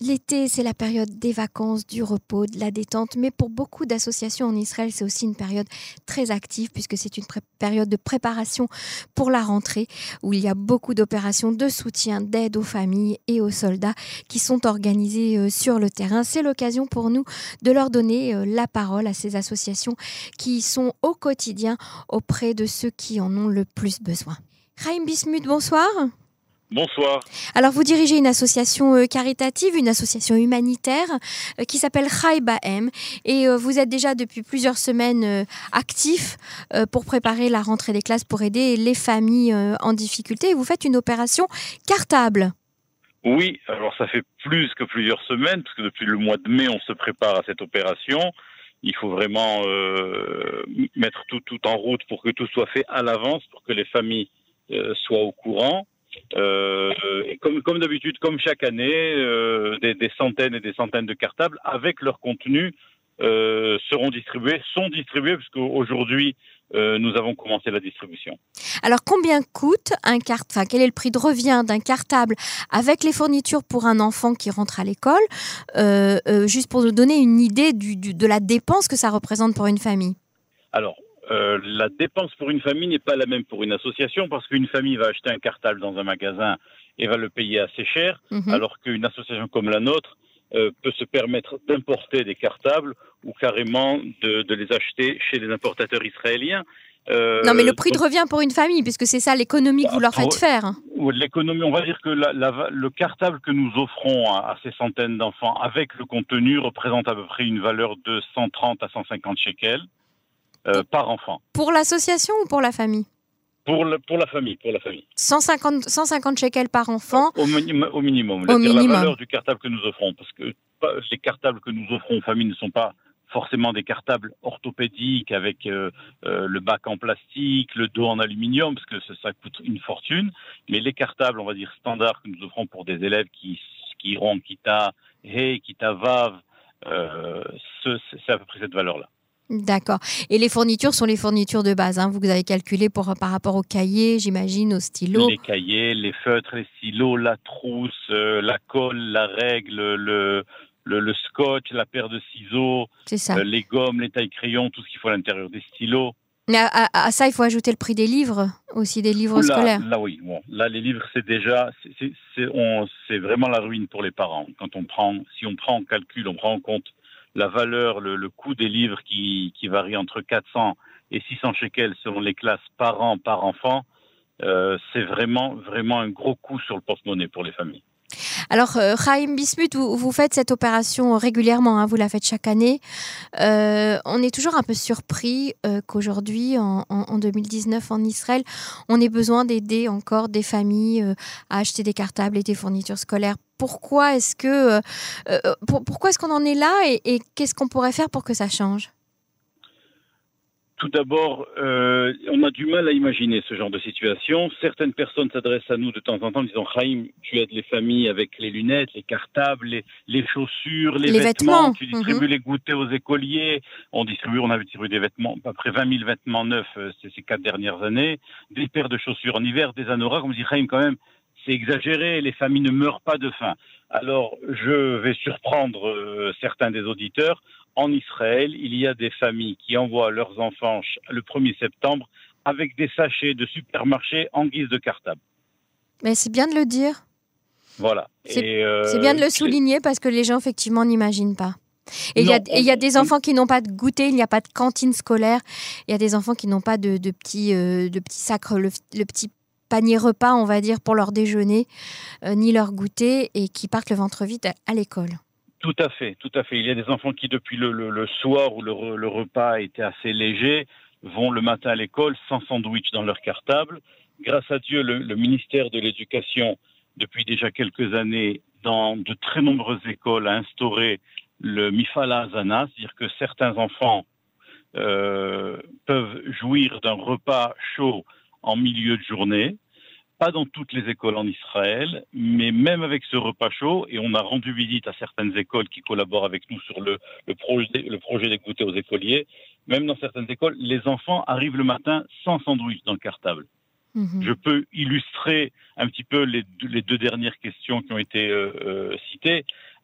L'été, c'est la période des vacances, du repos, de la détente. Mais pour beaucoup d'associations en Israël, c'est aussi une période très active puisque c'est une période de préparation pour la rentrée où il y a beaucoup d'opérations de soutien, d'aide aux familles et aux soldats qui sont organisées sur le terrain. C'est l'occasion pour nous de leur donner la parole à ces associations qui sont au quotidien auprès de ceux qui en ont le plus besoin. Chaim Bismuth, bonsoir. Bonsoir. Alors, vous dirigez une association caritative, une association humanitaire qui s'appelle Chai Ba'em et vous êtes déjà depuis plusieurs semaines actif pour préparer la rentrée des classes pour aider les familles en difficulté. Et vous faites une opération cartable. Oui, alors ça fait plus que plusieurs semaines, parce que depuis le mois de mai, on se prépare à cette opération. Il faut vraiment mettre tout en route pour que tout soit fait à l'avance, pour que les familles soient au courant. Et comme d'habitude, comme chaque année, des centaines et des centaines de cartables avec leur contenu sont distribués, parce qu'aujourd'hui, nous avons commencé la distribution. Alors, combien coûte quel est le prix de revient d'un cartable avec les fournitures pour un enfant qui rentre à l'école, juste pour nous donner une idée de la dépense que ça représente pour une famille? Alors, la dépense pour une famille n'est pas la même pour une association, parce qu'une famille va acheter un cartable dans un magasin et va le payer assez cher, alors qu'une association comme la nôtre peut se permettre d'importer des cartables ou carrément de les acheter chez les importateurs israéliens. Non, mais le prix de revient pour une famille, puisque c'est ça l'économie que vous leur faites faire. L'économie, on va dire que le cartable que nous offrons à ces centaines d'enfants avec le contenu représente à peu près une valeur de 130 à 150 shekels. Par enfant. Pour l'association ou pour la famille? Pour la famille. 150 shekels par enfant. Au minimum. La valeur du cartable que nous offrons, parce que les cartables que nous offrons aux familles ne sont pas forcément des cartables orthopédiques avec le bac en plastique, le dos en aluminium, parce que ça coûte une fortune. Mais les cartables, on va dire standards, que nous offrons pour des élèves qui iront en Kita He, Kita Vav, c'est à peu près cette valeur-là. D'accord. Et les fournitures sont les fournitures de base, hein. Vous avez calculé par rapport aux cahiers, j'imagine, aux stylos. Les cahiers, les feutres, les stylos, la trousse, la colle, la règle, le scotch, la paire de ciseaux, les gommes, les tailles-crayons, tout ce qu'il faut à l'intérieur des stylos. Mais à ça, il faut ajouter le prix des livres, aussi des livres scolaires. Là, oui. Bon, là, les livres, c'est vraiment la ruine pour les parents. Si on prend en calcul, on prend en compte la valeur, le coût des livres qui varie entre 400 et 600 shekels selon les classes par an, par enfant, c'est vraiment un gros coup sur le porte-monnaie pour les familles. Alors, Chaim Bismuth, vous faites cette opération régulièrement, hein, vous la faites chaque année. On est toujours un peu surpris qu'aujourd'hui, en 2019, en Israël, on ait besoin d'aider encore des familles à acheter des cartables et des fournitures scolaires. Pourquoi est-ce qu'on en est là et qu'est-ce qu'on pourrait faire pour que ça change? Tout d'abord, on a du mal à imaginer ce genre de situation. Certaines personnes s'adressent à nous de temps en temps en disant « Chaim, tu aides les familles avec les lunettes, les cartables, les chaussures, les vêtements. Tu distribues les goûters aux écoliers. » On avait distribué des vêtements, à peu près 20 000 vêtements neufs ces 4 dernières années, des paires de chaussures en hiver, des anoraks. On me dit « Chaim, quand même, c'est exagéré, les familles ne meurent pas de faim. » Alors, je vais surprendre certains des auditeurs. En Israël, il y a des familles qui envoient leurs enfants le 1er septembre avec des sachets de supermarché en guise de cartable. Mais c'est bien de le dire. Voilà. C'est bien de le souligner parce que les gens, effectivement, n'imaginent pas. Et il y a des enfants qui n'ont pas de goûter, il n'y a pas de cantine scolaire. Il y a des enfants qui n'ont pas de petits sacs, le petit panier repas, on va dire, pour leur déjeuner, ni leur goûter, et qui partent le ventre vide à l'école. Tout à fait. Il y a des enfants qui, depuis le soir où le repas était assez léger, vont le matin à l'école sans sandwich dans leur cartable. Grâce à Dieu, le ministère de l'Éducation, depuis déjà quelques années, dans de très nombreuses écoles, a instauré le Mifal Hazana, c'est-à-dire que certains enfants peuvent jouir d'un repas chaud en milieu de journée. Pas dans toutes les écoles en Israël, mais même avec ce repas chaud, et on a rendu visite à certaines écoles qui collaborent avec nous sur le projet des goûters aux écoliers, même dans certaines écoles, les enfants arrivent le matin sans sandwich dans le cartable. Je peux illustrer un petit peu les deux dernières questions qui ont été citées.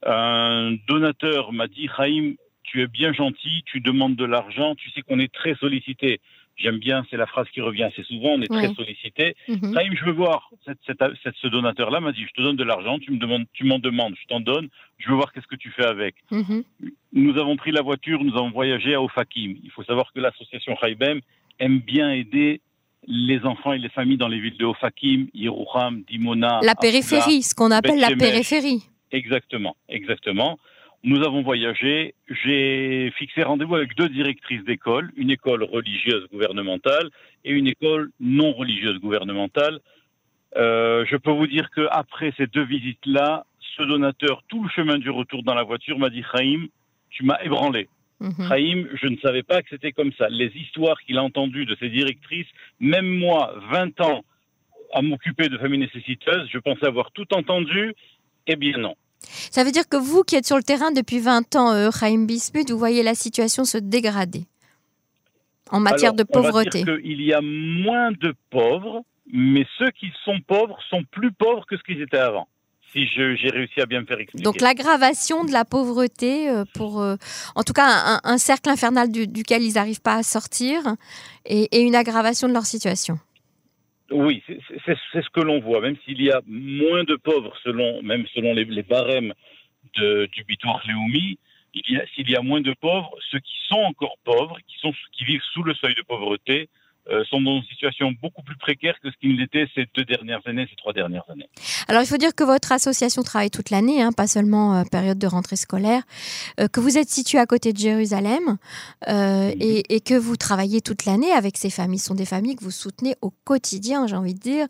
Un donateur m'a dit, Chaim, tu es bien gentil, tu demandes de l'argent, tu sais qu'on est très sollicité. J'aime bien, c'est la phrase qui revient assez souvent, on est très sollicité. Chaim, je veux voir. Ce donateur-là m'a dit, je te donne de l'argent, tu m'en demandes, je t'en donne, je veux voir qu'est-ce que tu fais avec. Nous avons pris la voiture, nous avons voyagé à Ofakim. Il faut savoir que l'association Chaibem aime bien aider les enfants et les familles dans les villes de Ofakim, Yerouham, Dimona. La périphérie, Afula, ce qu'on appelle la périphérie. Exactement. Nous avons voyagé, j'ai fixé rendez-vous avec 2 directrices d'école, une école religieuse gouvernementale et une école non religieuse gouvernementale. Je peux vous dire qu'après ces 2 visites-là, ce donateur, tout le chemin du retour dans la voiture, m'a dit « Chaim, tu m'as ébranlé. Chaim, je ne savais pas que c'était comme ça. Les histoires qu'il a entendues de ces directrices, même moi, 20 ans à m'occuper de familles nécessiteuses, je pensais avoir tout entendu, eh bien non. » Ça veut dire que vous qui êtes sur le terrain depuis 20 ans, Chaim Bismuth, vous voyez la situation se dégrader en matière de pauvreté. On va dire qu'il y a moins de pauvres, mais ceux qui sont pauvres sont plus pauvres que ce qu'ils étaient avant. Si j'ai réussi à bien me faire expliquer. Donc l'aggravation de la pauvreté, en tout cas un cercle infernal duquel ils n'arrivent pas à sortir, et une aggravation de leur situation. Oui, c'est ce que l'on voit, même s'il y a moins de pauvres, selon les barèmes du Bitor Leumi, s'il y a moins de pauvres, ceux qui sont encore pauvres, qui vivent sous le seuil de pauvreté, sont dans une situation beaucoup plus précaire que ce qu'ils l'étaient ces 3 dernières années. Alors, il faut dire que votre association travaille toute l'année, pas seulement période de rentrée scolaire, que vous êtes situé à côté de Jérusalem et que vous travaillez toute l'année avec ces familles. Ce sont des familles que vous soutenez au quotidien, j'ai envie de dire,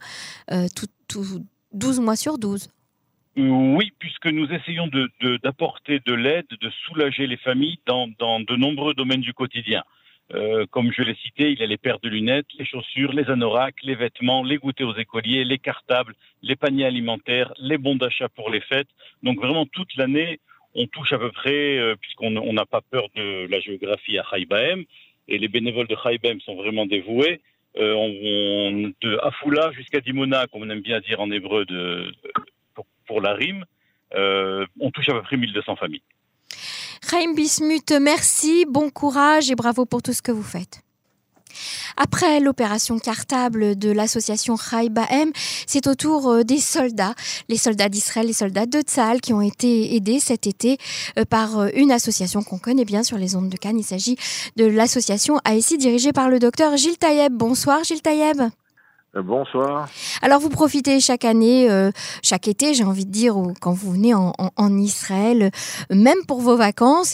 12 mois sur 12. Oui, puisque nous essayons d'apporter de l'aide, de soulager les familles dans de nombreux domaines du quotidien. Comme je l'ai cité, il y a les paires de lunettes, les chaussures, les anoraks, les vêtements, les goûters aux écoliers, les cartables, les paniers alimentaires, les bons d'achat pour les fêtes. Donc vraiment toute l'année, on touche à peu près, puisqu'on n'a pas peur de la géographie à Chaibem, et les bénévoles de Chaibem sont vraiment dévoués. De Afula jusqu'à Dimona, comme on aime bien dire en hébreu pour la rime, on touche à peu près 1200 familles. Chaim Bismuth, merci, bon courage et bravo pour tout ce que vous faites. Après l'opération cartable de l'association Chaibem, c'est au tour des soldats, les soldats d'Israël, les soldats de Tzahal qui ont été aidés cet été par une association qu'on connaît bien sur les ondes de Cannes. Il s'agit de l'association ASI dirigée par le docteur Gilles Taïeb. Bonsoir Gilles Taïeb. Bonsoir. Alors vous profitez chaque année, chaque été, j'ai envie de dire, ou quand vous venez en Israël, même pour vos vacances,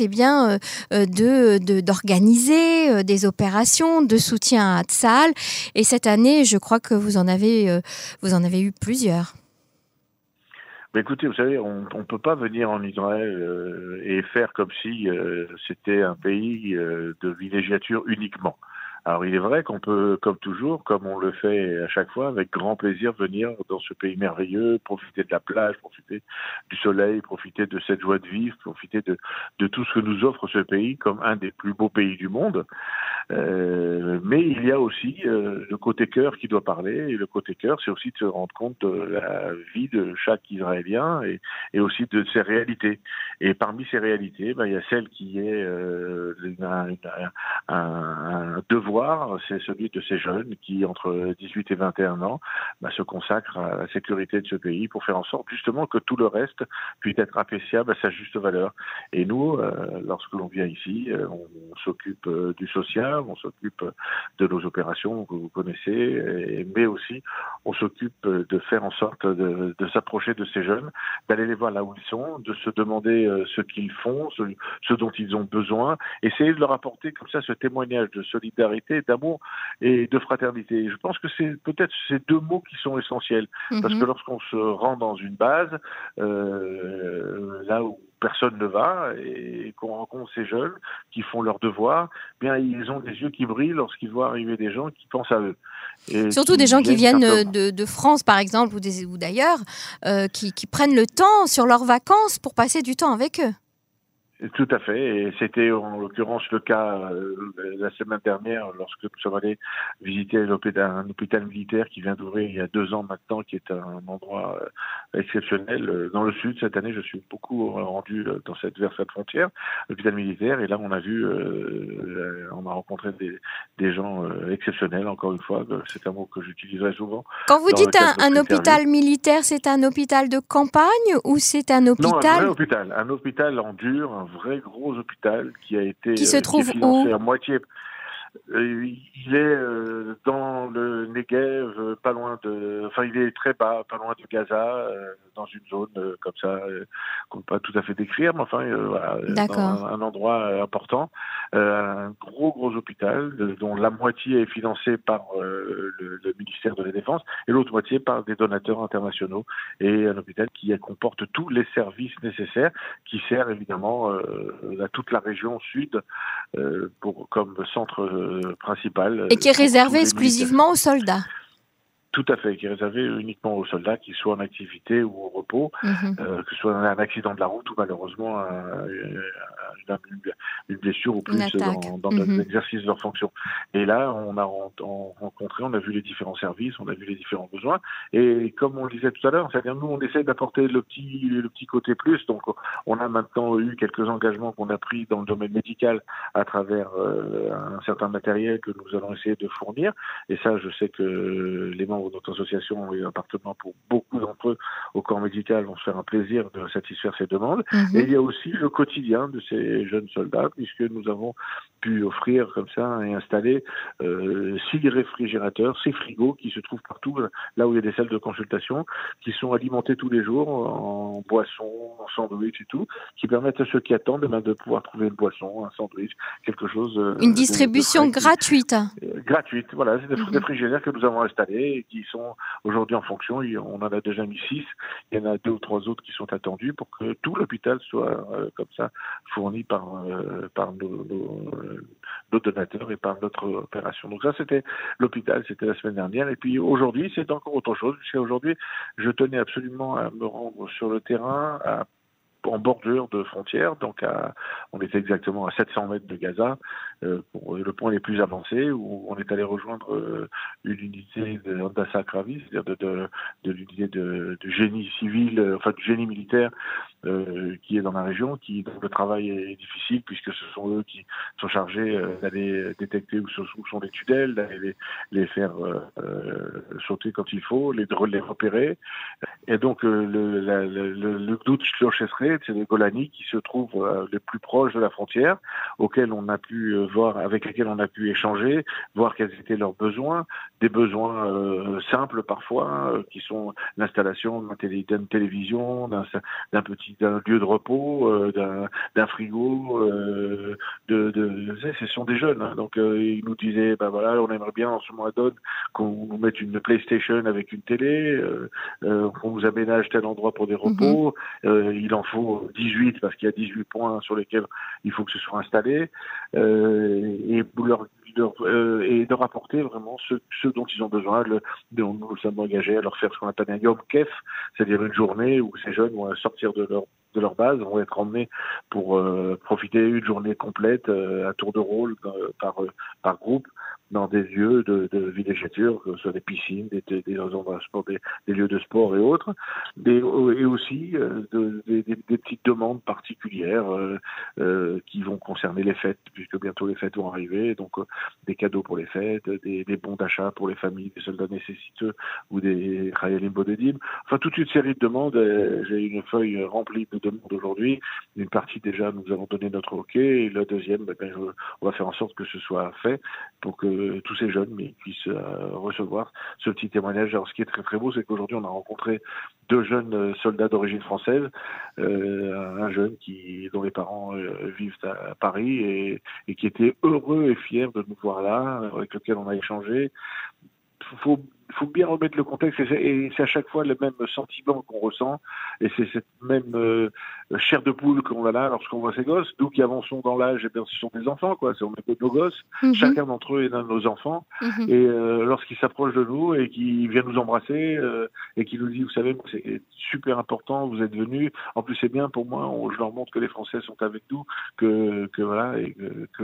d'organiser des opérations de soutien à Tzahal. Et cette année, je crois que vous en avez eu plusieurs. Écoutez, vous savez, on ne peut pas venir en Israël et faire comme si c'était un pays de villégiature uniquement. Alors il est vrai qu'on peut, comme toujours, comme on le fait à chaque fois, avec grand plaisir venir dans ce pays merveilleux, profiter de la plage, profiter du soleil, profiter de cette joie de vivre, profiter de tout ce que nous offre ce pays comme un des plus beaux pays du monde. Mais il y a aussi le côté cœur qui doit parler, et le côté cœur, c'est aussi de se rendre compte de la vie de chaque Israélien et aussi de ses réalités. Et parmi ces réalités, il y a celle qui est un devoir, c'est celui de ces jeunes qui, entre 18 et 21 ans, se consacrent à la sécurité de ce pays pour faire en sorte justement que tout le reste puisse être appréciable à sa juste valeur. Et nous, lorsque l'on vient ici, on s'occupe du social, on s'occupe de nos opérations que vous connaissez, mais aussi on s'occupe de faire en sorte de s'approcher de ces jeunes, d'aller les voir là où ils sont, de se demander ce qu'ils font, ce dont ils ont besoin, essayer de leur apporter comme ça ce témoignage de solidarité, d'amour et de fraternité. Je pense que c'est peut-être ces 2 mots qui sont essentiels, parce que lorsqu'on se rend dans une base, là où personne ne va, et qu'on rencontre ces jeunes qui font leur devoir, ils ont des yeux qui brillent lorsqu'ils voient arriver des gens qui pensent à eux. Et surtout des gens qui viennent de France, par exemple, ou d'ailleurs, qui prennent le temps sur leurs vacances pour passer du temps avec eux. Tout à fait, et c'était en l'occurrence le cas la semaine dernière lorsque nous sommes allés visiter un hôpital militaire qui vient d'ouvrir il y a 2 ans maintenant, qui est un endroit exceptionnel dans le sud. Cette année, je suis beaucoup rendu vers cette frontière, l'hôpital militaire, et là on a vu, on a rencontré des gens exceptionnels. Encore une fois, c'est un mot que j'utiliserai souvent. Quand vous dites un hôpital militaire, c'est un hôpital de campagne ou c'est un hôpital? Non, un hôpital en dur, un vrai gros hôpital qui a été qui se trouve financé où? à moitié. Il est dans le Negev, pas loin de, enfin il est très bas, pas loin de Gaza, dans une zone comme ça qu'on ne peut pas tout à fait décrire, mais enfin voilà, dans un endroit important, un gros hôpital dont la moitié est financée par le ministère de la Défense et l'autre moitié par des donateurs internationaux, et un hôpital qui comporte tous les services nécessaires, qui sert évidemment à toute la région sud comme centre principal. Et qui est réservé exclusivement aux soldats. Tout à fait, qui est réservé uniquement aux soldats, qu'ils soient en activité ou au repos, que ce soit un accident de la route ou malheureusement une blessure ou plus dans l'exercice de leur fonction. Et là, on a rencontré, on a vu les différents services, on a vu les différents besoins, et comme on le disait tout à l'heure, c'est-à-dire nous on essaie d'apporter le petit côté plus. Donc on a maintenant eu quelques engagements qu'on a pris dans le domaine médical à travers un certain matériel que nous allons essayer de fournir, et ça je sais que les membres de notre association et appartenant pour beaucoup d'entre eux au corps médical vont se faire un plaisir de satisfaire ces demandes. Et il y a aussi le quotidien de ces jeunes soldats, puisque nous avons pu offrir comme ça et installer 6 réfrigérateurs, 6 frigos qui se trouvent partout, là où il y a des salles de consultation, qui sont alimentés tous les jours en boissons, en sandwich et tout, qui permettent à ceux qui attendent de pouvoir trouver une boisson, un sandwich, quelque chose. Une distribution gratuite. Gratuite, voilà, c'est des réfrigérateurs que nous avons installés et qui sont aujourd'hui en fonction. On en a déjà mis 6. Il y en a 2 ou 3 autres qui sont attendus pour que tout l'hôpital soit comme ça fourni par nos donateurs et par notre opération. Donc ça, c'était l'hôpital, c'était la semaine dernière. Et puis aujourd'hui, c'est encore autre chose. Aujourd'hui, je tenais absolument à me rendre sur le terrain, en bordure de frontières, donc on était exactement à 700 mètres de Gaza, pour le point les plus avancés, où on est allé rejoindre une unité d'Assa Kravis, c'est-à-dire de l'unité de génie civil, enfin du génie militaire, qui est dans la région, dont le travail est difficile, puisque ce sont eux qui sont chargés d'aller détecter où sont les tunnels, d'aller les faire sauter quand il faut, les repérer. Et donc le Gdoud Shlochesret, c'est les Golani qui se trouvent les plus proches de la frontière, auxquels on a pu avec lesquels on a pu échanger, voir quels étaient leurs besoins, des besoins simples parfois, qui sont l'installation d'une télévision, d'un lieu de repos, d'un frigo, ce sont des jeunes, hein, donc ils nous disaient, voilà, on aimerait bien en ce mois d'onne qu'on nous mette une PlayStation avec une télé, qu'on nous aménage tel endroit pour des repos, il en faut 18 parce qu'il y a 18 points sur lesquels il faut que ce soit installé, et de rapporter vraiment ce dont ils ont besoin. Nous nous sommes engagés à leur faire ce qu'on appelle un Yom Kef, c'est-à-dire une journée où ces jeunes vont sortir de leur base, vont être emmenés pour profiter une journée complète à tour de rôle par groupe dans des lieux de villégiature, que ce soit des piscines, des endroits de sport, des lieux de sport et autres, et aussi des petites demandes particulières qui vont concerner les fêtes, puisque bientôt les fêtes vont arriver, donc des cadeaux pour les fêtes, des bons d'achat pour les familles des soldats nécessiteux ou des Chayalim Bodedim, enfin toute une série de demandes. J'ai une feuille remplie de demandes aujourd'hui. Une partie déjà, nous avons donné notre OK, et la deuxième, on va faire en sorte que ce soit fait pour que tous ces jeunes puissent recevoir ce petit témoignage. Alors ce qui est très très beau, c'est qu'aujourd'hui on a rencontré 2 jeunes soldats d'origine française, un jeune dont les parents vivent à Paris et qui était heureux et fier de nous voir là, avec lequel on a échangé. Il faut faut bien remettre le contexte, et c'est à chaque fois le même sentiment qu'on ressent, et c'est cette même chair de poule qu'on a là lorsqu'on voit ces gosses. Nous qui avançons dans l'âge, eh bien, ce sont des enfants, quoi. On est nos gosses. Chacun d'entre eux est l'un de nos enfants. Et lorsqu'ils s'approchent de nous et qu'ils viennent nous embrasser et qu'ils nous disent, vous savez, c'est super important, vous êtes venus. En plus, c'est bien pour moi. Je leur montre que les Français sont avec nous, que voilà, et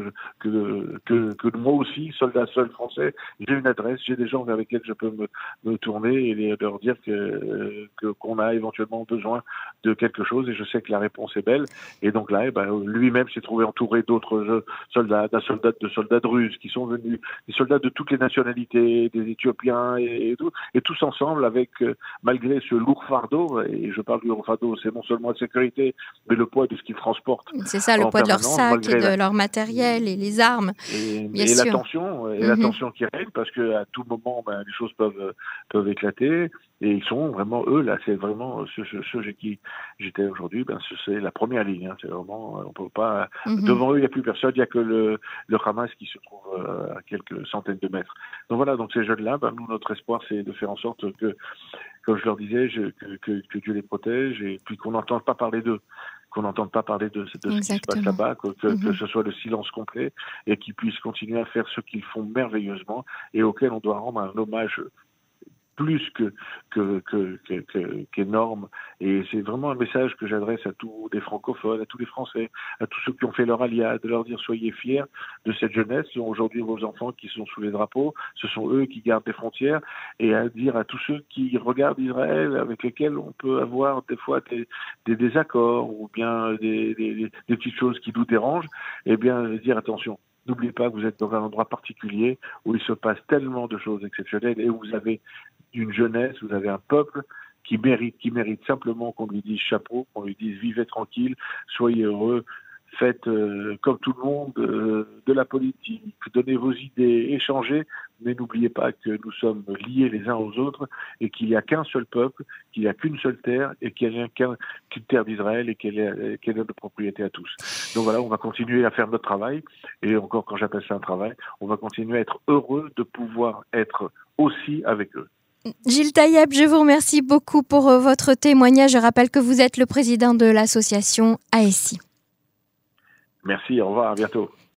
que moi aussi, soldat seul français, j'ai une adresse, j'ai des gens vers lesquels je peux me tourner et leur dire qu'on a éventuellement besoin de quelque chose, et je sais que la réponse est belle. Et donc là, lui-même s'est trouvé entouré d'autres soldats, de soldats russes qui sont venus, des soldats de toutes les nationalités, des Éthiopiens et tous ensemble avec, malgré ce lourd fardeau, et je parle du lourd fardeau, c'est non seulement la sécurité, mais le poids de ce qu'ils transportent. C'est ça, le poids de leur sac et de leur matériel et les armes. Et la tension qui règne, parce qu'à tout moment, les choses peuvent éclater. Et ils sont vraiment, eux, là, c'est vraiment ceux chez qui j'étais aujourd'hui, c'est la première ligne. C'est vraiment, on peut pas. Devant eux, il n'y a plus personne, il n'y a que le Hamas qui se trouve à quelques centaines de mètres. Donc voilà, donc ces jeunes-là, nous, notre espoir, c'est de faire en sorte que, comme je leur disais, que Dieu les protège, et puis qu'on n'entende pas parler d'eux. Qu'on n'entende pas parler de ce qui se passe là-bas, que ce soit le silence complet, et qu'ils puissent continuer à faire ce qu'ils font merveilleusement, et auquel on doit rendre un hommage plus qu'énorme. Et c'est vraiment un message que j'adresse à tous les francophones, à tous les Français, à tous ceux qui ont fait leur alia, de leur dire soyez fiers de cette jeunesse. Ce sont aujourd'hui vos enfants qui sont sous les drapeaux, ce sont eux qui gardent les frontières, et à dire à tous ceux qui regardent Israël, avec lesquels on peut avoir des fois des désaccords, ou bien des petites choses qui nous dérangent, eh bien dire attention. N'oubliez pas que vous êtes dans un endroit particulier où il se passe tellement de choses exceptionnelles, et où vous avez une jeunesse, vous avez un peuple qui mérite simplement qu'on lui dise chapeau, qu'on lui dise vivez tranquille, soyez heureux, faites comme tout le monde de la politique, donnez vos idées, échangez, mais n'oubliez pas que nous sommes liés les uns aux autres, et qu'il n'y a qu'un seul peuple, qu'il n'y a qu'une seule terre, et qu'il n'y a qu'une terre d'Israël, et qu'elle est de propriété à tous. Donc voilà, on va continuer à faire notre travail, et encore quand j'appelle ça un travail, on va continuer à être heureux de pouvoir être aussi avec eux. Gilles Taïeb, je vous remercie beaucoup pour votre témoignage. Je rappelle que vous êtes le président de l'association ASI. Merci, au revoir, à bientôt.